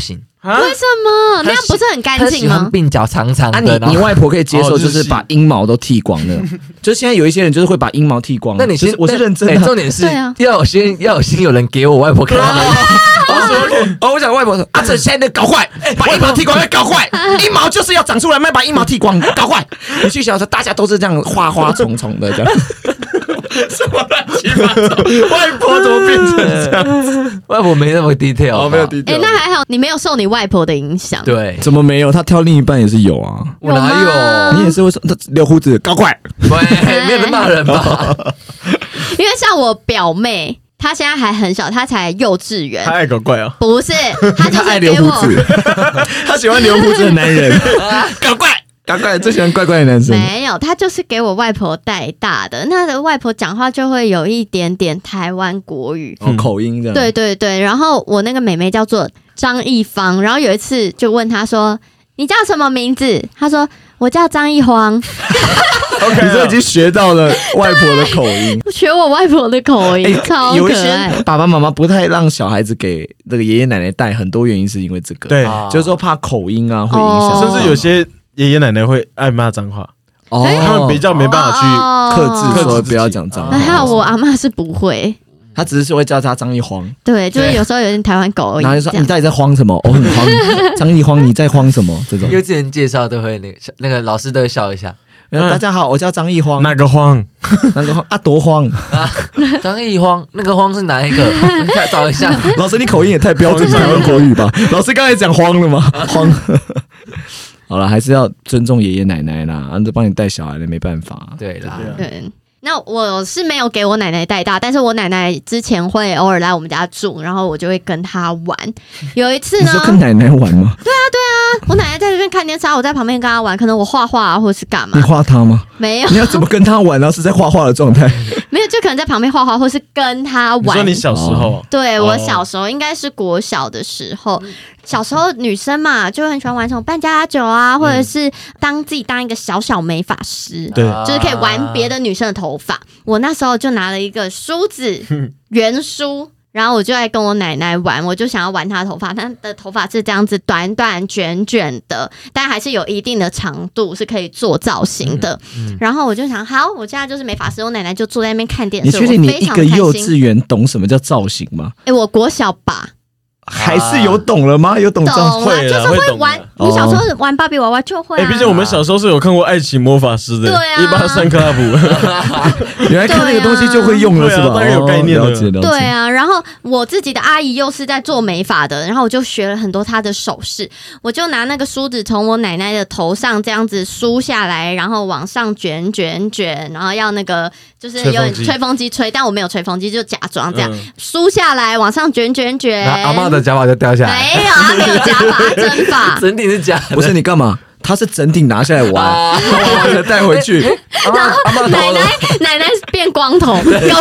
为什么那样不是很干净喜欢吗？ 鬓角长长的， 你外婆可以接受，就是把阴毛都剃光的。就是现在有一些人就是会把阴毛剃光。 那你先， 我是认真的。 重点是要有先有人给我外婆看。 我想外婆说这现在搞坏，把阴毛剃光，搞坏，阴毛就是要长出来，把阴毛剃光，搞坏。你去小时候，大家都是这样花花丛丛的这样。什么乱七八糟？外婆怎么变成这样？ 外婆没那么 detail， 没有 detail。 那还好，你没有受你外婆的影响。 对， 怎么没有？他挑另一半也是有啊。 我哪有？ 你也是会说他留胡子搞怪？ 对，没有人骂人吧？ 因为像我表妹。她现在还很小，她才幼稚园。 她爱搞怪啊？ 不是，她就是爱留胡子，她喜欢留胡子的男人，搞怪。搞怪，最喜欢怪怪的男生。 没有，他就是给我外婆带大的。那的外婆讲话就会有一点点台湾国语， 口音这样。对对对，然后我那个妹妹叫做张艺芳，然后有一次就问她说：“你叫什么名字？”她说：“我叫张艺荒。 你都已经学到了外婆的口音， 学我外婆的口音，超可爱。 有一些爸爸妈妈不太让小孩子给那个爷爷奶奶带，很多原因是因为这个， 对， 就是说怕口音啊会影响， 甚至有些爷爷奶奶会爱骂脏话，他们比较没办法去克制，说不要讲脏话。 还好我阿嬷是不会。 他只是会叫他张一慌， 对，就是有时候有点台湾狗而已。 然后就说你到底在慌什么？我很慌，张一慌，你在慌什么？这种幼稚园介绍都会那个老师都会笑一下。 大家好，我叫张一慌。 哪个慌？ 哪个慌啊？多慌啊！张一慌，那个慌是哪一个？再找一下。 老师，你口音也太标准台湾国语吧？老师刚才讲慌了吗？慌。好了，还是要尊重爷爷奶奶啦，就帮你带小孩的没办法。 对啦， 对。那我是没有给我奶奶带大，但是我奶奶之前会偶尔来我们家住，然后我就会跟她玩。有一次呢， 你说跟奶奶玩吗？ 对啊，我奶奶在这边看电视，我在旁边跟她玩，可能我画画或是干嘛。 你画她吗？ 没有。 你要怎么跟她玩？然后是在画画的状态？ 没有，就可能在旁边画画，或是跟她玩。 你说你小时候？ 对，我小时候应该是国小的时候。小时候女生嘛，就很喜欢玩什么扮家家酒啊，或者是自己当一个小小美发师， 对， 就是可以玩别的女生的头发。我那时候就拿了一个梳子，圆梳，然后我就在跟我奶奶玩，我就想要玩她的头发，她的头发是这样子短短卷卷的，但还是有一定的长度，是可以做造型的。然后我就想，好，我现在就是美发师，我奶奶就坐在那边看电视。 你确定你一个幼稚园懂什么叫造型吗？ 我国小吧。 还是有懂了吗？有懂造型，就是会玩。你小时候玩芭比娃娃就会啊。 毕竟我们小时候是有看过《爱情魔法师》的， 对啊 183克拉布。 原来看那个东西就会用了是吧？ 大概有概念了。 对啊，然后我自己的阿姨又是在做美发的，然后我就学了很多她的手势，我就拿那个梳子从我奶奶的头上这样子梳下来，然后往上卷，然后要那个就是有点吹风机吹，但我没有吹风机，就假装这样梳下来，往上卷。 阿嬷的假发就掉下来， 没有，她没有假发，真发， 整顶是假的。 不是你干嘛？他是整顶拿下来玩，玩完了带回去。 然后奶奶变光头，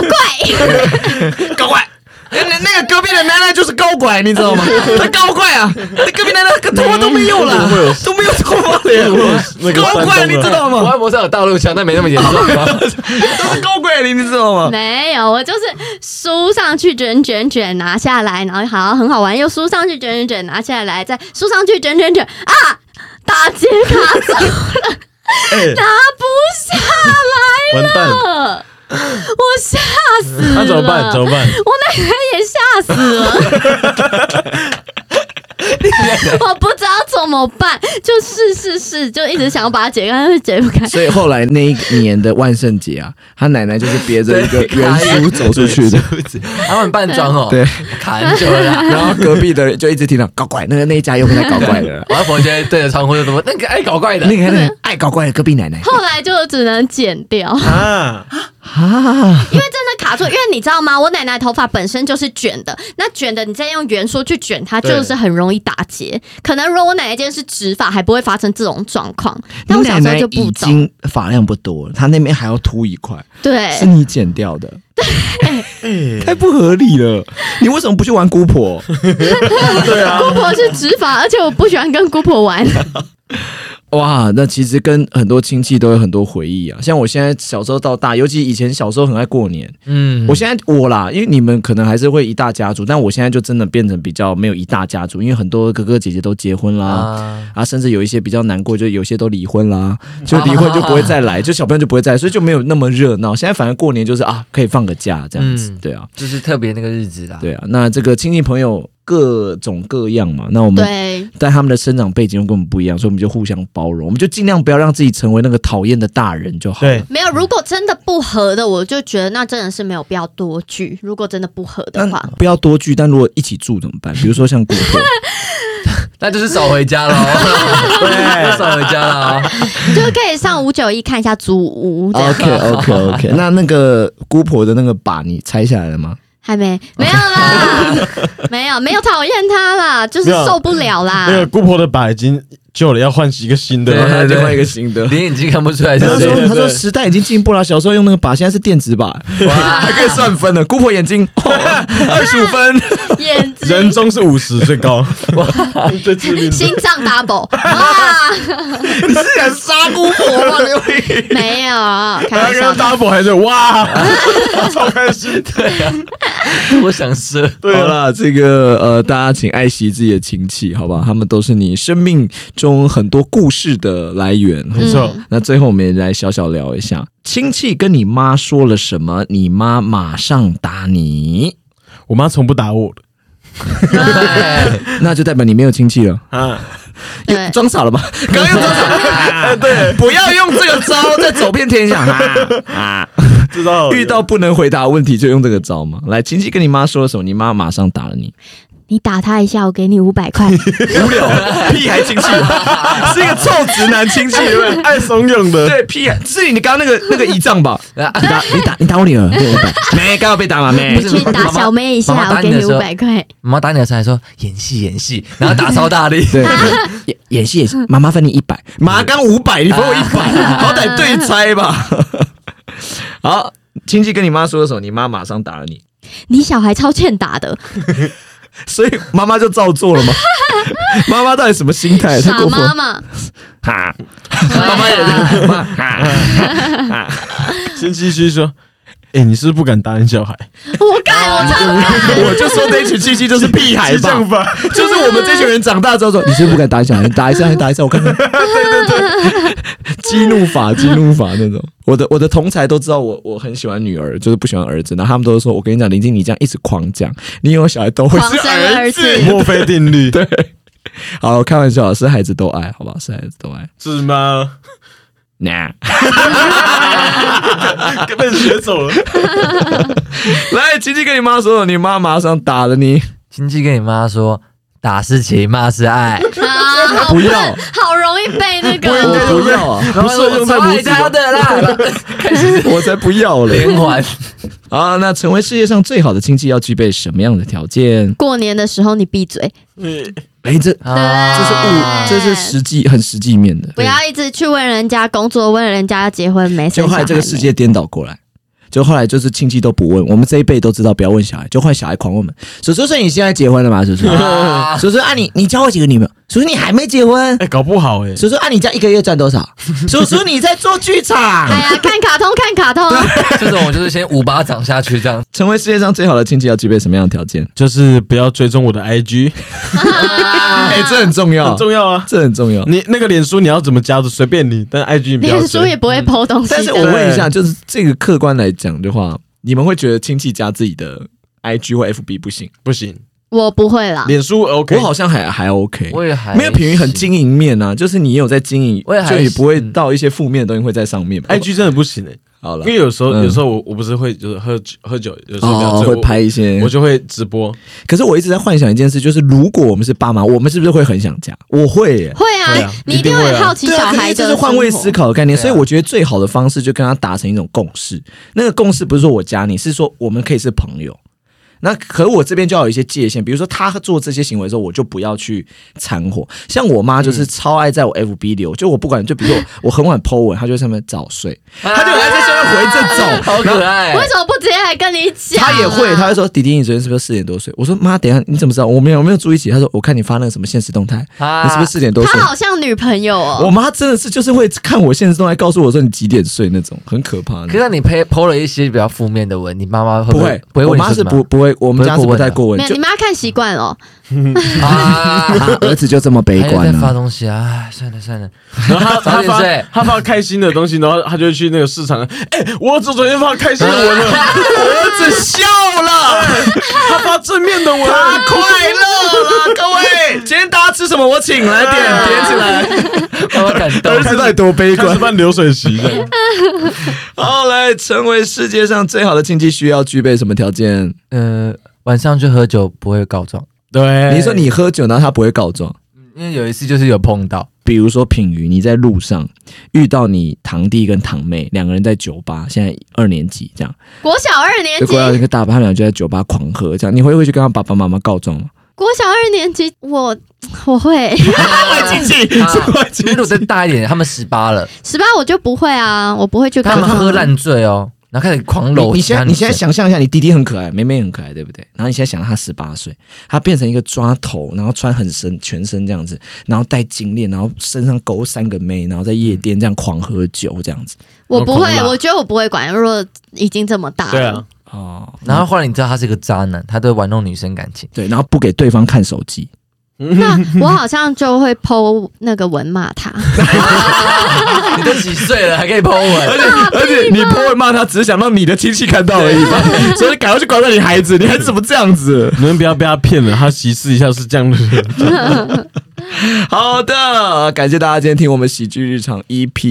搞怪。那个隔壁的奶奶就是高拐，你知道吗？她高怪啊，那隔壁奶奶头发都没有了，都没有头发了，高怪，你知道吗？ 我外婆是有大陆腔，但没那么严重。 都是高怪，你知道吗？ 没有，我就是梳上去卷拿下来，然后好很好玩，又梳上去卷拿下来，再梳上去卷啊，大姐卡住了，拿不下来了， 完蛋。 我吓死了！ 那怎么办？ 我奶奶也吓死了。我不知道怎么办，就试，就一直想要把它解开，但是解不开。 所以后来那一年的万圣节啊，他奶奶就是别着一个圆梳走出去的， 他们扮装哦， 对， 卡很久了。 然后隔壁的人就一直听到搞怪，那一家又会在搞怪的。 我外婆就会对着窗户就说：“那个爱搞怪的， 那个爱搞怪的隔壁奶奶。” 后来就只能剪掉啊。 因为真的卡住，因为你知道吗？我奶奶头发本身就是卷的，那卷的你再用圆梳去卷它，就是很容易打结。可能如果我奶奶今天是直发，还不会发生这种状况。但我小时候就不懂， 已经发量不多了，她那边还要秃一块， 对， 是你剪掉的，太不合理了。你为什么不去玩姑婆？ 对啊， 姑婆是直发，而且我不喜欢跟姑婆玩。 哇，那其实跟很多亲戚都有很多回忆啊。像我现在小时候到大，尤其以前小时候很爱过年。我现在因为你们可能还是会一大家族，但我现在就真的变成比较没有一大家族，因为很多哥哥姐姐都结婚啦，甚至有一些比较难过，就有些都离婚啦，就离婚就不会再来，就小朋友就不会再来，所以就没有那么热闹。现在反而过年就是可以放个假这样子，对啊， 就是特别那个日子啦。 对啊，那这个亲戚朋友各种各样嘛，那我们但他们的生长背景又跟我们不一样，所以我们就互相包容，我们就尽量不要让自己成为那个讨厌的大人就好。 对， 没有，如果真的不合的，我就觉得那真的是没有必要多聚。如果真的不合的话， 不要多聚。但如果一起住怎么办？比如说像姑婆， 那就是少回家咯。对，少回家啦， 就可以上591看一下租屋。 OK， 那个姑婆的那个把你拆下来了吗？ 还没有啦，没有讨厌他啦，就是受不了啦。 那个姑婆的把已经旧了，要换一个新的， 然后就换一个新的， 连眼睛看不出来是谁。 他说时代已经进步了，小时候用那个把，现在是电子把，还可以算分的。姑婆眼睛25分， 眼睛人中是50最高，哇，最致命的心脏 double， 哇！ 你是想杀姑婆吗？ 没有，开玩笑。 double 还是哇，超开心。 对啊，我想射。 对好啦，这个大家请爱惜自己的亲戚，好吧？他们都是你生命中很多故事的来源。 没错。 那最后我们也来小小聊一下，亲戚跟你妈说了什么，你妈马上打你。 我妈从不打我的。 那就代表你没有亲戚了啊！ 装傻了吧？刚刚又装傻，对，不要用这个招再走遍天下啊！ 知道遇到不能回答问题就用这个招嘛。来，亲戚跟你妈说了什么，你妈马上打了你。 你打他一下，我给你500块。 无聊，屁孩亲戚，是一个臭直男亲戚， 爱怂恿的。 对，屁孩，是你刚刚那个姨丈吧？你打我女儿，对500，没刚好被打嘛没？ 去打小妹一下，我给你500块。 妈妈打你的时候还说演戏，然后打超大力。 对，演戏，妈妈分你100，妈刚500，你分我100，好歹对拆吧。好，亲戚跟你妈说的时候，你妈马上打了你。 你小孩超欠打的。 所以妈妈就照做了吗？妈妈到底什么心态？ 傻妈妈， 哈，妈妈也是哈。 先继续说，你是不是不敢打你小孩？ 我敢，我超敢。 我就说这一群亲戚就是屁孩吧，就是我们这群人长大之后说，你是不是不敢打你小孩？你打一下，我看看。对，激怒法那种。我的同才都知道我很喜欢女儿，就是不喜欢儿子。然后他们都说，我跟你讲，林静，你这样一直狂讲，你有小孩都会是儿子， 墨菲定律。 对，好，开玩笑，是孩子都爱，好吧，是孩子都爱， 是吗？被学走了。 来，亲戚跟你妈说，你妈马上打了你。 亲戚跟你妈说，打是情，骂是爱。 不要， 好容易被那个。 我不要啊， 不是用在母子的啦。 我才不要嘞！ 连环。 好，那成为世界上最好的亲戚要具备什么样的条件？ 过年的时候你闭嘴。 这是很实际面的。 不要一直去问人家工作，问人家要结婚没？ 就后来这个世界颠倒过来。就后来就是亲戚都不问，我们这一辈都知道不要问小孩，就换小孩狂问我们。叔叔，你现在结婚了吗？叔叔，叔叔啊，你交过几个女朋友？叔叔，你还没结婚？ 搞不好叔叔啊，你家1个月赚多少？叔叔，你在做剧场？ 哎呀，看卡通。 这种我就是先5巴掌下去这样。 成为世界上最好的亲戚要具备什么样的条件？ 就是不要追踪我的 IG。 这很重要， 很重要啊， 这很重要。 你那个脸书你要怎么加的随便你，但 IG 你不要追。 脸书也不会 po 东西。 但是我问一下，就是这个客观来讲的话，你们会觉得亲戚加自己的 IG 或 FB 不行？ 不行， 我不会啦。 脸书 OK， 我好像还 OK， 我也还没有品瑜很经营面啊，就是你有在经营，就也不会到一些负面的东西会在上面。 IG 真的不行好了， 因为有时候我不是会就是喝酒，有时候会拍一些， 我就会直播。 可是我一直在幻想一件事，就是如果我们是爸妈，我们是不是会很想家？我会耶， 会啊，你一定会好奇小孩的。 这是换位思考的概念，所以我觉得最好的方式就跟他达成一种共识。那个共识不是说我加你，是说我们可以是朋友。 那可我这边就要有一些界限，比如说他做这些行为的时候，我就不要去掺和。像我妈就是超爱在我 FB 留，就我不管，就比如说我很晚 po 文，她就在上面早睡，她就在下面回这种， 好可爱。 为什么不直接来跟你讲？ 她也会，她会说弟弟，你昨天是不是4点多睡？我说妈，等一下你怎么知道？我没有注意起。她说我看你发那个什么限时动态，你是不是4点多睡？ 她好像女朋友哦。 我妈真的是就是会看我限时动态，告诉我说你几点睡那种，很可怕。 可是你 po 了一些比较负面的文，你妈妈不会问我妈是不会，我们家是不太过问。 你妈看习惯了。 儿子就这么悲观在发东西啊，算了。 然后他发开心的东西，然后他就去那个市场，我儿子昨天发开心的文了，我儿子笑了，他发正面的文， 他快乐了，各位，今天大家吃什么？我请来点起来， 我感动。 儿子到底多悲观？ 开始办流水席的。 好，来，成为世界上最好的亲戚需要具备什么条件？ 晚上去喝酒不会告状。 对， 你说你喝酒，然后他不会告状， 因为有一次就是有碰到， 比如说品瑜，你在路上遇到你堂弟跟堂妹两个人在酒吧，现在2年级这样， 国小2年级， 国小一个大班，他们俩就在酒吧狂喝，这样你会去跟他爸爸妈妈告状吗？ 国小2年级，我会， 坏亲戚， 因为我再大一点，他们18了 ，18我就不会啊，我不会去告他状。 们喝烂醉哦。然后开始狂搂。 你现在想象一下，你弟弟很可爱，妹妹很可爱，对不对？然后你现在想他18岁，他变成一个抓头，然后穿很深全身这样子，然后戴金链，然后身上勾3个妹，然后在夜店这样狂喝酒这样子。 我不会，我觉得我不会管。如果已经这么大了， 对啊， 然后后来你知道他是个渣男，他都玩弄女生感情， 对，然后不给对方看手机。 那我好像就会 po 那个文骂他。 你都几岁了还可以 po 文？ 而且你 po 文骂他，只是想让你的亲戚看到而已吧。所以赶快去管管你孩子，你孩子怎么这样子？ 你们不要被他骗了，他歧视一下是这样的。 好的，感谢大家今天听我们喜剧日常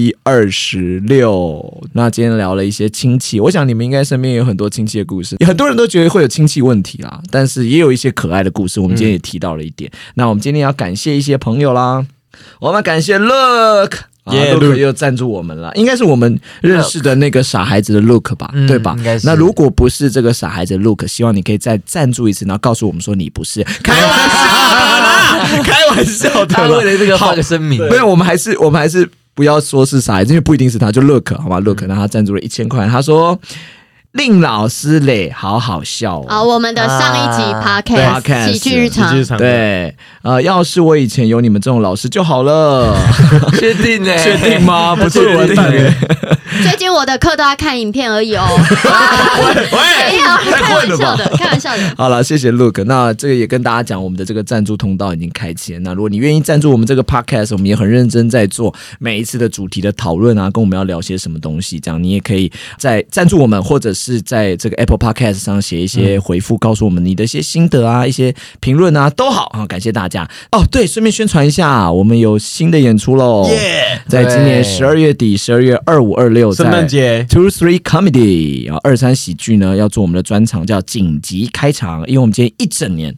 EP26。那今天聊了一些亲戚，我想你们应该身边有很多亲戚的故事，很多人都觉得会有亲戚问题啦，但是也有一些可爱的故事，我们今天也提到了一点。那我们今天要感谢一些朋友啦，我们感谢 Look。Look 又赞助我们了，应该是我们认识的那个傻孩子的 Look 吧，对吧？ 应该是。 那如果不是这个傻孩子的 Look， 希望你可以再赞助一次，然后告诉我们说你不是，开玩笑的啦，开玩笑的啦。 他为了这个发个声明， 没有，我们还是不要说是傻孩子，因为不一定是他，就 Look 好吧 ？Look 让他赞助了1000块，他说。令老师嘞，好好笑哦！ 我们的上一集 podcast 喜剧日常， 对，要是我以前有你们这种老师就好了。 确定呢？ 确定吗？不是完蛋了。 最近我的课都在看影片而已哦。 喂， 开玩笑的，开玩笑的。 好了，谢谢 Look。那这个也跟大家讲，我们的这个赞助通道已经开启了。那如果你愿意赞助我们这个 podcast， 我们也很认真在做每一次的主题的讨论啊，跟我们要聊些什么东西，这样你也可以在赞助我们，或者是在这个 Apple Podcast 上写一些回复，告诉我们你的一些心得啊、一些评论啊都好啊，感谢大家哦。对，顺便宣传一下，我们有新的演出喽，在今年12月底，12月25、26， 圣诞节 2-3 Comedy 23喜剧呢要做我们的专场，叫紧急开场，因为我们今天一整年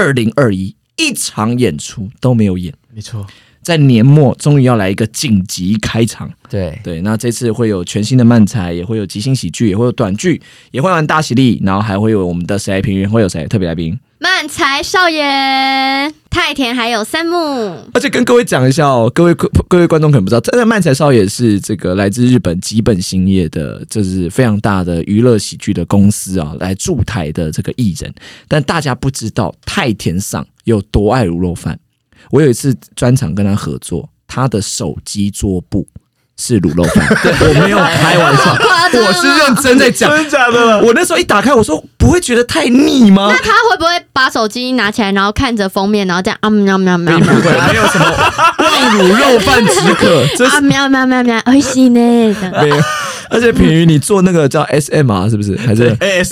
2021一场演出都没有演， 没错。 在年末终于要来一个紧急开场， 对， 那这次会有全新的漫才，也会有即兴喜剧，也会有短剧，也会玩大喜力，然后还会有我们的谁来评语，会有谁特别来宾？ 漫才少爷太田还有三木。 而且跟各位讲一下哦，各位观众可能不知道，这个漫才少爷是这个来自日本吉本兴业的，就是非常大的娱乐喜剧的公司啊，来驻台的这个艺人，但大家不知道太田桑有多爱卤肉饭。我有一次专场跟他合作，他的手机桌布是卤肉饭，我没有开玩笑，我是认真在讲， 真的假的？ 我那时候一打开，我说不会觉得太腻吗？ 那他会不会把手机拿起来，然后看着封面，然后这样喵， 不会，没有什么望卤肉饭止渴，这是喵，美味しいね。 没有。而且品瑜，你做那个叫 SMR 是不是？还是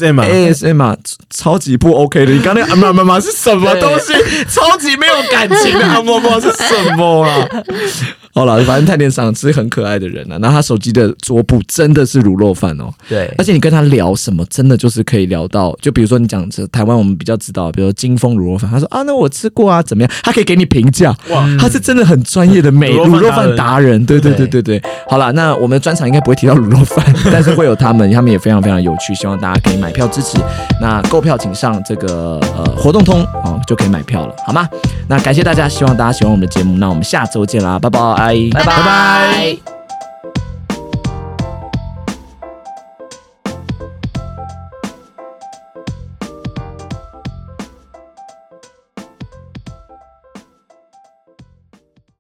ASMR 超级不 OK 的。你刚那个妈是什么东西？超级没有感情的是什么啦？ 好了，反正太田赏是很可爱的人啊，然后他手机的桌布真的是卤肉饭哦， 对， 而且你跟他聊什么，真的就是可以聊到，就比如说你讲台湾我们比较知道，比如说金峰卤肉饭，他说啊，那我吃过啊，怎么样？他可以给你评价，哇，他是真的很专业的卤肉饭达人，对。好了，那我们的专场应该不会提到卤肉饭，但是会有他们也非常非常有趣，希望大家可以买票支持。那购票请上这个活动通就可以买票了，好吗？那感谢大家，希望大家喜欢我们的节目，那我们下周见啦，拜拜， 拜拜。